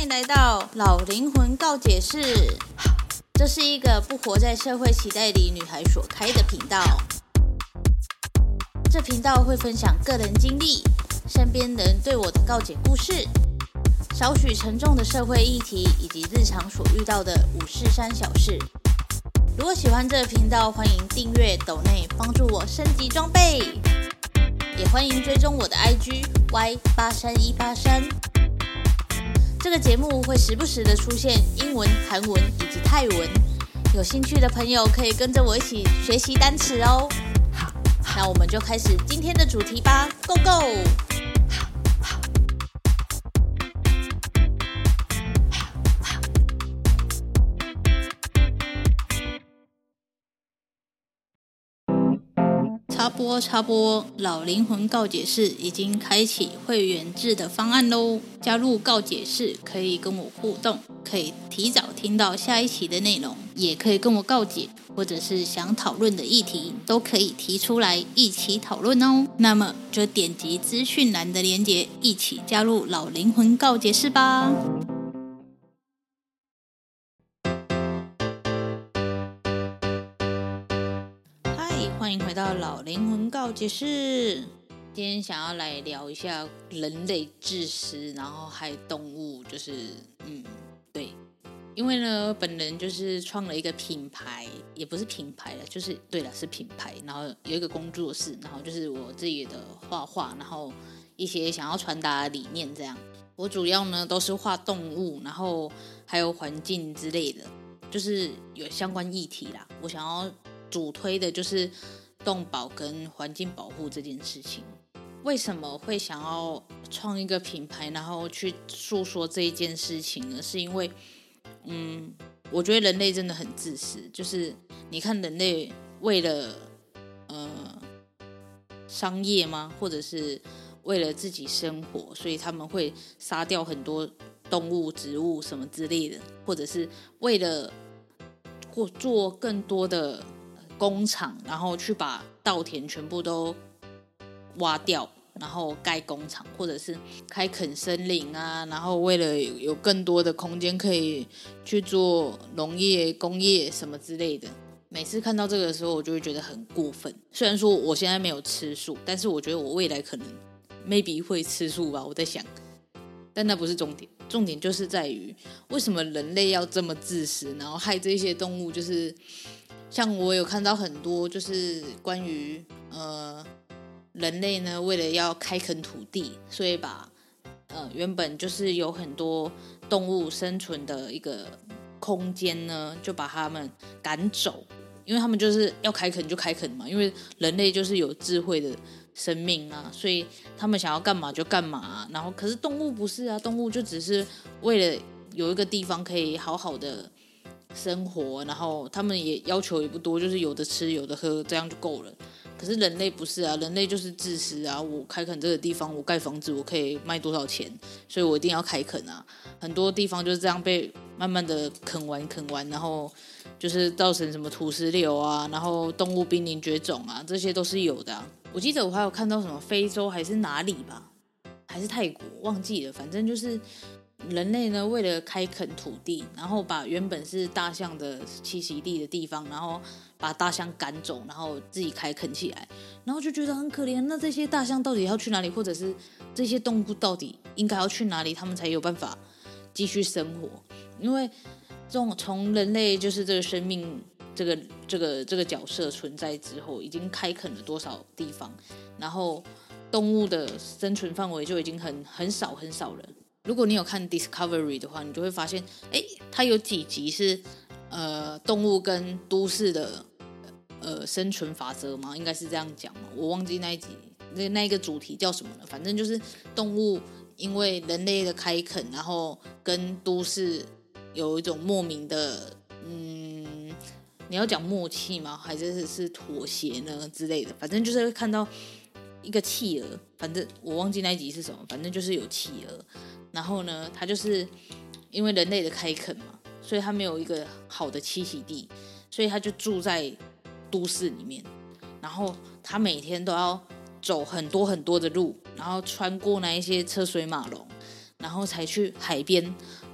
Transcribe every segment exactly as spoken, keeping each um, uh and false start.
迎来到老灵魂告解室。这是一个不活在社会期待里女孩所开的频道。这频道会分享个人经历、身边人对我的告解故事，少许沉重的社会议题，以及日常所遇到的五四三小事。如果喜欢这个频道，欢迎订阅、抖内帮助我升级装备，也欢迎追踪我的 I G Y 八三一八三。这个节目会时不时的出现英文、韩文以及泰文，有兴趣的朋友可以跟着我一起学习单词哦。那我们就开始今天的主题吧 ，Go Go！插播插播，老灵魂告解室已经开启会员制的方案咯，加入告解室可以跟我互动，可以提早听到下一期的内容，也可以跟我告解，或者是想讨论的议题都可以提出来一起讨论哦。那么就点击资讯栏的连结，一起加入老灵魂告解室吧。欢迎回到老灵魂告解室。今天想要来聊一下人类自私，然后害动物，就是嗯，对，因为呢，本人就是创了一个品牌，也不是品牌了，就是对了，是品牌。然后有一个工作室，然后就是我自己的画画，然后一些想要传达的理念这样。我主要呢都是画动物，然后还有环境之类的，就是有相关议题啦。我想要主推的就是动保跟环境保护这件事情。为什么会想要创一个品牌，然后去诉说这一件事情呢？是因为嗯，我觉得人类真的很自私，就是你看人类为了呃商业吗，或者是为了自己生活，所以他们会杀掉很多动物、植物什么之类的，或者是为了做更多的工厂，然后去把稻田全部都挖掉，然后盖工厂，或者是开垦森林啊，然后为了有更多的空间可以去做农业、工业什么之类的。每次看到这个的时候，我就会觉得很过分。虽然说我现在没有吃素，但是我觉得我未来可能 maybe 会吃素吧，我在想。但那不是重点，重点就是在于为什么人类要这么自私，然后害这些动物。就是像我有看到很多，就是关于呃人类呢，为了要开垦土地，所以把呃原本就是有很多动物生存的一个空间呢，就把他们赶走，因为他们就是要开垦就开垦嘛，因为人类就是有智慧的生命啊，所以他们想要干嘛就干嘛啊。然后可是动物不是啊，动物就只是为了有一个地方可以好好的生活，然后他们也要求也不多，就是有的吃有的喝，这样就够了。可是人类不是啊，人类就是自私啊！我开垦这个地方，我盖房子，我可以卖多少钱，所以我一定要开垦啊！很多地方就是这样被慢慢的垦完垦完，然后就是造成什么土石流啊，然后动物濒临绝种啊，这些都是有的啊。我记得我还有看到什么非洲还是哪里吧，还是泰国忘记了，反正就是人类呢为了开垦土地，然后把原本是大象的栖息地的地方，然后把大象赶走，然后自己开垦起来，然后就觉得很可怜。那这些大象到底要去哪里，或者是这些动物到底应该要去哪里，他们才有办法继续生活？因为这种从人类就是这个生命这个这个这个角色存在之后，已经开垦了多少地方，然后动物的生存范围就已经很很少很少了。如果你有看 Discovery 的话，你就会发现，哎，它有几集是呃动物跟都市的呃生存法则吗？应该是这样讲嘛，我忘记那一集那那一个主题叫什么了。反正就是动物因为人类的开垦，然后跟都市有一种莫名的嗯，你要讲默契吗？还是是妥协呢之类的？反正就是会看到一个企鹅，反正我忘记那一集是什么，反正就是有企鹅。然后呢，它就是因为人类的开垦嘛，所以它没有一个好的栖息地，所以它就住在都市里面。然后它每天都要走很多很多的路，然后穿过那一些车水马龙，然后才去海边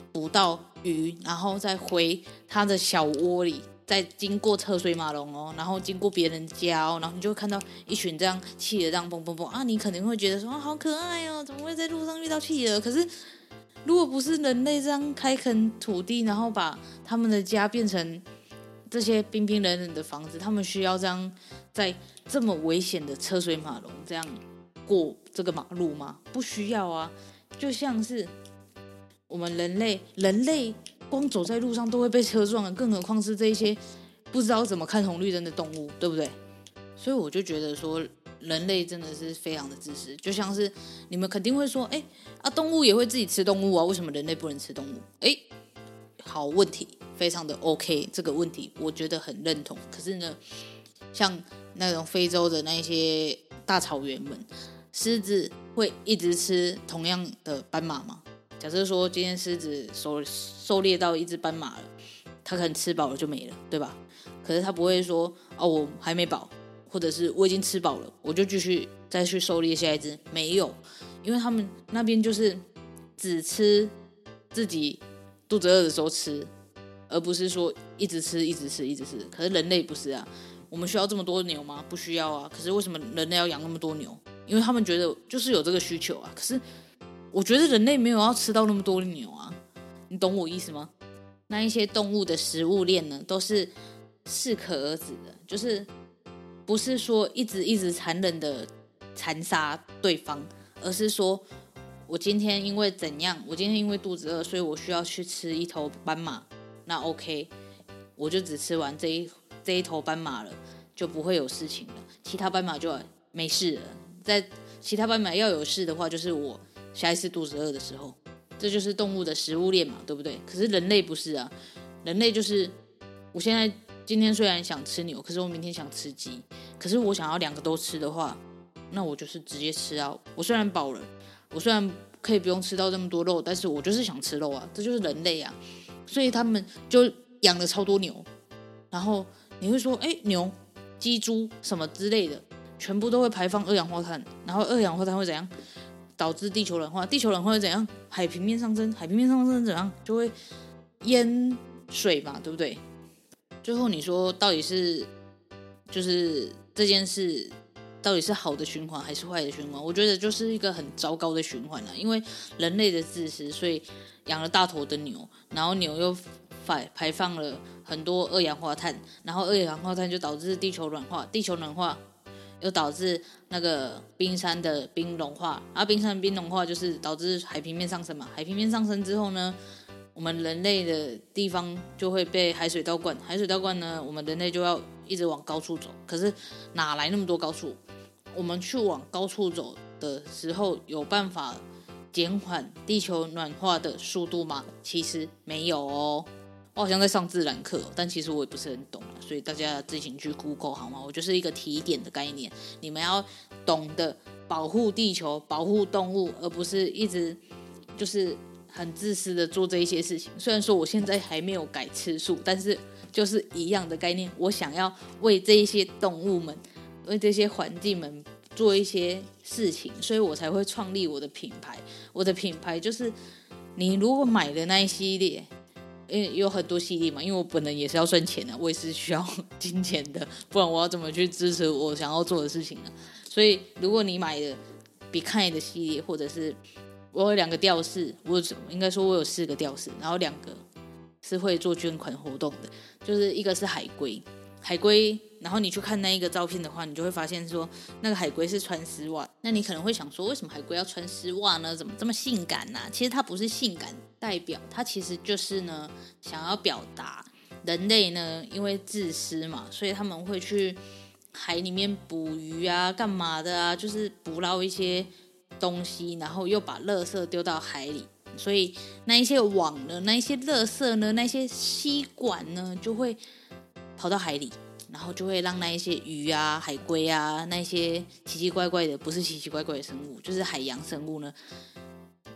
捕到鱼，然后再回它的小窝里，再经过车水马龙哦，然后经过别人家哦，然后你就会看到一群这样企鹅这样蹦蹦蹦啊，你可能会觉得说啊好可爱哦，怎么会在路上遇到企鹅？可是如果不是人类这样开垦土地，然后把他们的家变成这些冰冰冷冷的房子，他们需要这样在这么危险的车水马龙这样过这个马路吗？不需要啊，就像是我们人类，人类光走在路上都会被车撞了，更何况是这一些不知道怎么看红绿灯的动物，对不对？所以我就觉得说，人类真的是非常的自私。就像是你们肯定会说，哎啊，动物也会自己吃动物啊，为什么人类不能吃动物？哎，好问题，非常的 OK， 这个问题我觉得很认同。可是呢，像那种非洲的那些大草原们，狮子会一直吃同样的斑马吗？假设说今天狮子狩狩猎到一只斑马了，它可能吃饱了就没了，对吧？可是它不会说哦，我还没饱，或者是我已经吃饱了，我就继续再去狩猎下一只，没有，因为他们那边就是只吃自己肚子饿的时候吃，而不是说一直吃一直吃一直吃。可是人类不是啊，我们需要这么多牛吗？不需要啊。可是为什么人类要养那么多牛？因为他们觉得就是有这个需求啊。可是我觉得人类没有要吃到那么多的牛啊，你懂我意思吗？那一些动物的食物链呢，都是适可而止的，就是不是说一直一直残忍的残杀对方，而是说我今天因为怎样，我今天因为肚子饿，所以我需要去吃一头斑马，那 OK， 我就只吃完这一这一头斑马了，就不会有事情了，其他斑马就没事了。在其他斑马要有事的话，就是我下一次肚子饿的时候，这就是动物的食物链嘛，对不对？可是人类不是啊，人类就是我现在今天虽然想吃牛，可是我明天想吃鸡，可是我想要两个都吃的话，那我就是直接吃啊。我虽然饱了，我虽然可以不用吃到这么多肉，但是我就是想吃肉啊，这就是人类啊。所以他们就养了超多牛，然后你会说，哎，牛、鸡、猪什么之类的，全部都会排放二氧化碳，然后二氧化碳会怎样？导致地球暖化，地球暖化会怎样？海平面上升，海平面上升怎样？就会淹水嘛，对不对？最后你说到底是就是这件事到底是好的循环还是坏的循环？我觉得就是一个很糟糕的循环啦，因为人类的自私，所以养了大头的牛，然后牛又排放了很多二氧化碳，然后二氧化碳就导致地球暖化，地球暖化又导致那个冰山的冰融化，啊，冰山的冰融化就是导致海平面上升嘛。海平面上升之后呢，我们人类的地方就会被海水倒灌，海水倒灌呢，我们人类就要一直往高处走。可是哪来那么多高处？我们去往高处走的时候，有办法减缓地球暖化的速度吗？其实没有哦。我好像在上自然课，但其实我也不是很懂，所以大家自行去 Google 好吗？我就是一个提点的概念，你们要懂得保护地球、保护动物，而不是一直就是很自私的做这一些事情。虽然说我现在还没有改吃素，但是就是一样的概念，我想要为这一些动物们、为这些环境们做一些事情，所以我才会创立我的品牌。我的品牌就是你如果买的那一系列。因为有很多系列嘛，因为我本人也是要赚钱的，我也是需要金钱的，不然我要怎么去支持我想要做的事情呢？所以如果你买的比看的系列，或者是我有两个吊饰，我应该说我有四个吊饰，然后两个是会做捐款活动的，就是一个是海龟，海龟，然后你去看那一个照片的话，你就会发现说那个海龟是穿丝袜。那你可能会想说，为什么海龟要穿丝袜呢？怎么这么性感啊？其实它不是性感代表，它其实就是呢想要表达人类呢因为自私嘛，所以他们会去海里面捕鱼啊，干嘛的啊，就是捕捞一些东西，然后又把垃圾丢到海里。所以那一些网呢，那一些垃圾呢，那些吸管呢，就会跑到海里，然后就会让那一些鱼啊、海龟啊，那些奇奇怪怪的，不是奇奇怪怪的生物，就是海洋生物呢，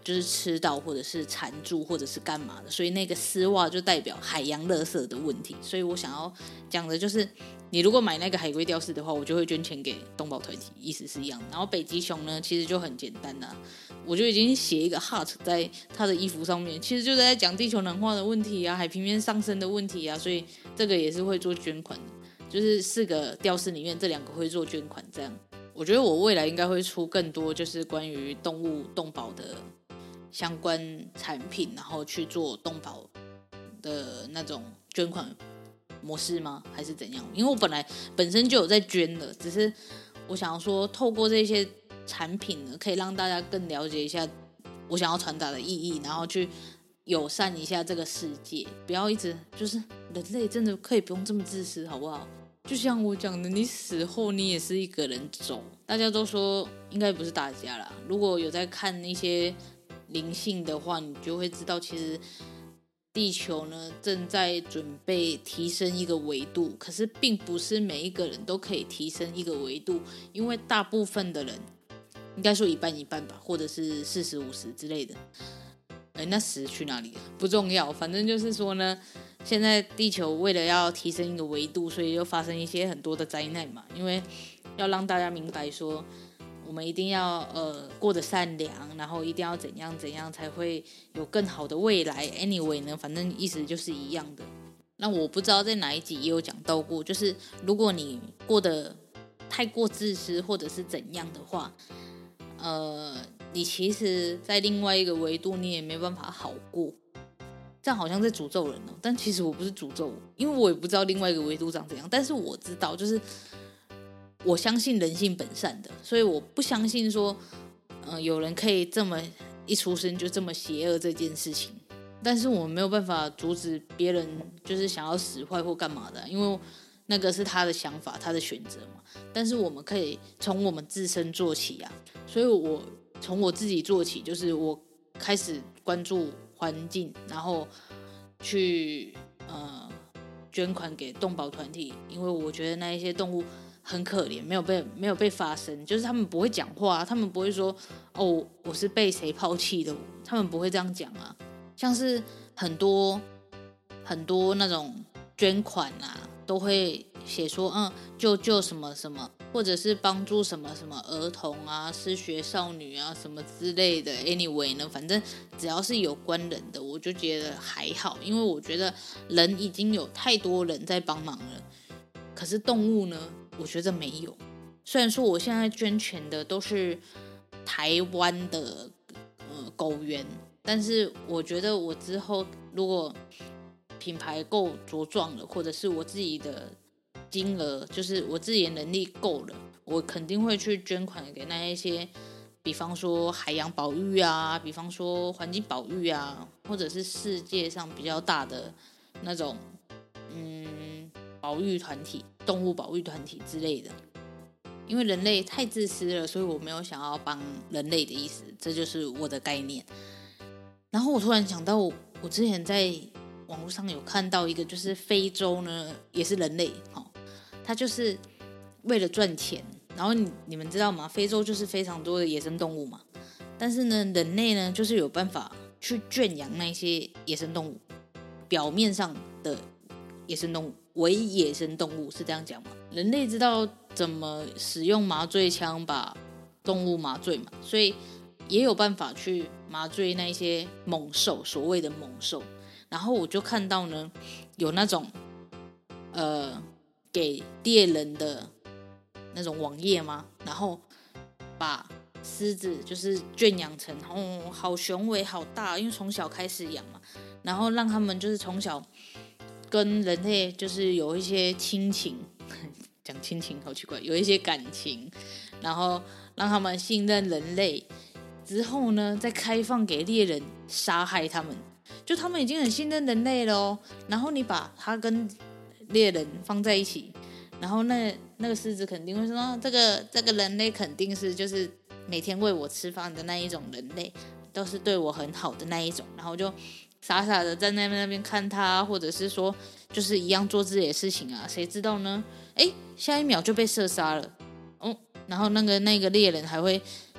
就是吃到或者是缠住或者是干嘛的，所以那个丝袜就代表海洋垃圾的问题。所以我想要讲的就是，你如果买那个海龟吊饰的话，我就会捐钱给动保团体，意思是一样的。然后北极熊呢，其实就很简单啦、啊，我就已经写一个 heart 在他的衣服上面，其实就在讲地球暖化的问题啊，海平面上升的问题啊，所以这个也是会做捐款的，就是四个吊饰里面这两个会做捐款这样。我觉得我未来应该会出更多就是关于动物动保的相关产品，然后去做动保的那种捐款模式吗？还是怎样？因为我本来本身就有在捐的，只是我想要说，透过这些产品呢，可以让大家更了解一下我想要传达的意义，然后去友善一下这个世界，不要一直就是人类真的可以不用这么自私，好不好？就像我讲的，你死后你也是一个人走。大家都说，应该不是大家啦，如果有在看那些灵性的话，你就会知道，其实地球呢正在准备提升一个维度，可是并不是每一个人都可以提升一个维度，因为大部分的人，应该说一半一半吧，或者是四十五十之类的。哎，那十去哪里了？不重要，反正就是说呢，现在地球为了要提升一个维度，所以就发生一些很多的灾难嘛，因为要让大家明白说，我们一定要呃过得善良，然后一定要怎样怎样才会有更好的未来。Anyway 呢，反正意思就是一样的。那我不知道在哪一集也有讲到过，就是如果你过得太过自私或者是怎样的话，呃，你其实在另外一个维度你也没办法好过。这样好像在诅咒人哦，但其实我不是诅咒，因为我也不知道另外一个维度长怎样，但是我知道就是我相信人性本善的，所以我不相信说呃，有人可以这么一出生就这么邪恶这件事情。但是我没有办法阻止别人就是想要使坏或干嘛的，因为那个是他的想法，他的选择嘛。但是我们可以从我们自身做起啊，所以我从我自己做起，就是我开始关注环境，然后去呃捐款给动保团体，因为我觉得那一些动物很可怜，没有被没有被发声，就是他们不会讲话，他们不会说哦我是被谁抛弃的，他们不会这样讲啊。像是很多很多那种捐款啊，都会写说嗯救救什么什么，或者是帮助什么什么儿童啊、失学少女啊什么之类的。Anyway 呢，反正只要是有关人的，我就觉得还好，因为我觉得人已经有太多人在帮忙了。可是动物呢，我觉得没有。虽然说我现在捐钱的都是台湾的呃狗园，但是我觉得我之后如果品牌够茁壮了，或者是我自己的金额，就是我自己的能力够了，我肯定会去捐款给那一些，比方说海洋保育啊，比方说环境保育啊，或者是世界上比较大的那种嗯保育团体、动物保育团体之类的。因为人类太自私了，所以我没有想要帮人类的意思，这就是我的概念。然后我突然想到我，我之前在网络上有看到一个，就是非洲呢也是人类，哦，他就是为了赚钱。然后 你, 你们知道吗？非洲就是非常多的野生动物嘛，但是呢，人类呢就是有办法去圈养那些野生动物，表面上的野生动物为野生动物是这样讲吗？人类知道怎么使用麻醉枪把动物麻醉嘛，所以也有办法去麻醉那些猛兽，所谓的猛兽。然后我就看到呢，有那种呃给猎人的那种网页嘛，然后把狮子就是圈养成哦好雄伟好大，因为从小开始养嘛，然后让他们就是从小跟人类就是有一些亲情，讲亲情好奇怪，有一些感情，然后让他们信任人类。之后呢，再开放给猎人杀害他们，就他们已经很信任人类了哦。然后你把他跟猎人放在一起，然后那那个狮子肯定会说，哦、这个这个人类肯定是就是每天喂我吃饭的那一种人类，都是对我很好的那一种。然后就傻傻的站在那边看他，或者是说就是一样做自己的事情啊，谁知道呢？哎，下一秒就被射杀了。哦，然后那个那个猎人还会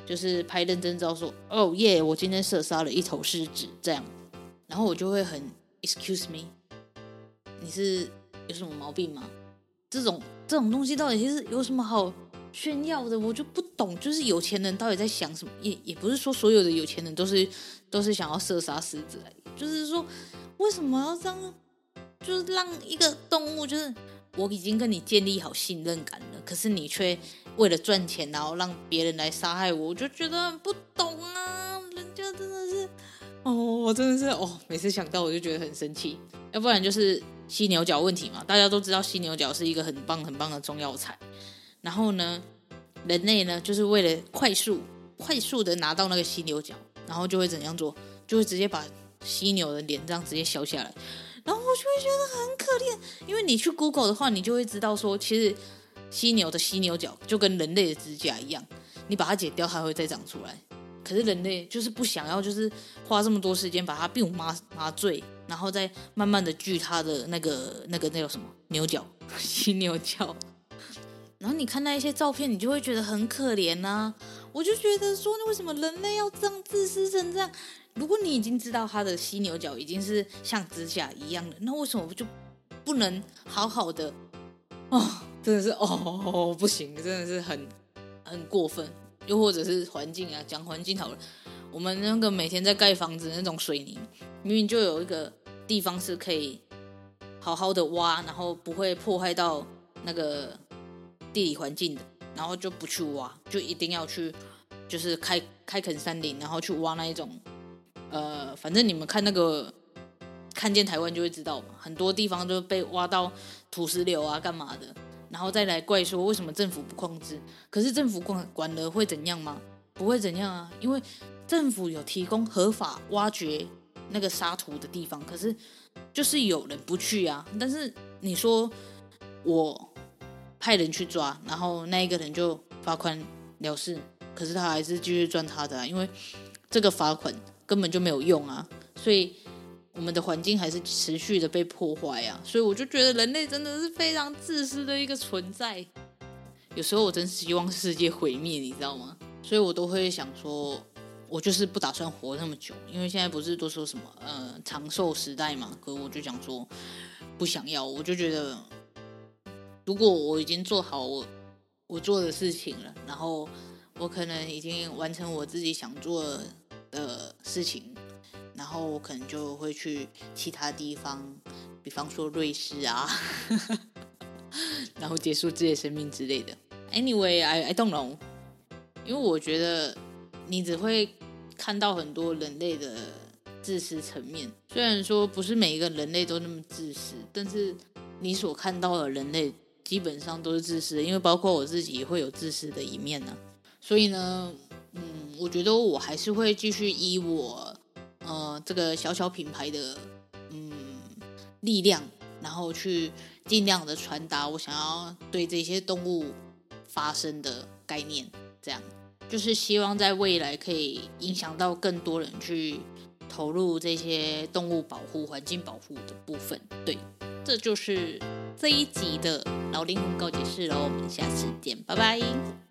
就是拍认真照说，哦耶，我今天射杀了一头狮子这样，然后我就会很 excuse me， 你是有什么毛病吗？这种这种东西到底是有什么好炫耀的？我就不懂，就是有钱人到底在想什么？也也不是说所有的有钱人都是都是想要射杀狮子而已，就是说为什么要这样？就是让一个动物，就是我已经跟你建立好信任感了，可是你却为了赚钱，然后让别人来杀害我，我就觉得很不懂啊！人家真的是，哦，我真的是哦，每次想到我就觉得很生气。要不然就是犀牛角问题嘛，大家都知道犀牛角是一个很棒很棒的中药材，然后呢，人类呢就是为了快速快速的拿到那个犀牛角，然后就会怎样做？就会直接把犀牛的脸这样直接削下来。然后我就会觉得很可怜，因为你去 Google 的话，你就会知道说，其实犀牛的犀牛角就跟人类的指甲一样，你把它剪掉，它会再长出来。可是人类就是不想要，就是花这么多时间把它并麻麻醉，然后再慢慢的锯它的那个那个那叫什么牛角，犀牛角。然后你看那一些照片，你就会觉得很可怜啊。我就觉得说，为什么人类要这样自私成这样？如果你已经知道它的犀牛角已经是像指甲一样的，那为什么就不能好好的？哦，真的是哦，不行，真的是很很过分。又或者是环境啊，讲环境好了，我们那个每天在盖房子的那种水泥，明明就有一个地方是可以好好的挖，然后不会破坏到那个地理环境的，然后就不去挖，就一定要去就是开开垦山林，然后去挖那一种。呃，反正你们看那个看见台湾就会知道嘛，很多地方都被挖到土石流啊，干嘛的，然后再来怪说为什么政府不控制？可是政府管管了会怎样吗？不会怎样啊，因为政府有提供合法挖掘那个沙土的地方，可是就是有人不去啊。但是你说我派人去抓，然后那一个人就罚款了事，可是他还是继续赚他的啊，因为这个罚款根本就没有用啊，所以我们的环境还是持续的被破坏啊，所以我就觉得人类真的是非常自私的一个存在。有时候我真希望世界毁灭，你知道吗？所以我都会想说，我就是不打算活那么久，因为现在不是都说什么呃长寿时代嘛，可是我就讲说不想要，我就觉得如果我已经做好我我做的事情了，然后我可能已经完成我自己想做的的事情，然后我可能就会去其他地方，比方说瑞士啊然后结束自己的生命之类的。 Anyway I, I don't know， 因为我觉得你只会看到很多人类的自私层面，虽然说不是每一个人类都那么自私，但是你所看到的人类基本上都是自私的，因为包括我自己也会有自私的一面啊。所以呢嗯，我觉得我还是会继续以我呃这个小小品牌的嗯力量，然后去尽量的传达我想要对这些动物发生的概念，这样就是希望在未来可以影响到更多人去投入这些动物保护、环境保护的部分。对，这就是这一集的老灵魂告解室喽，我们下次见，拜拜。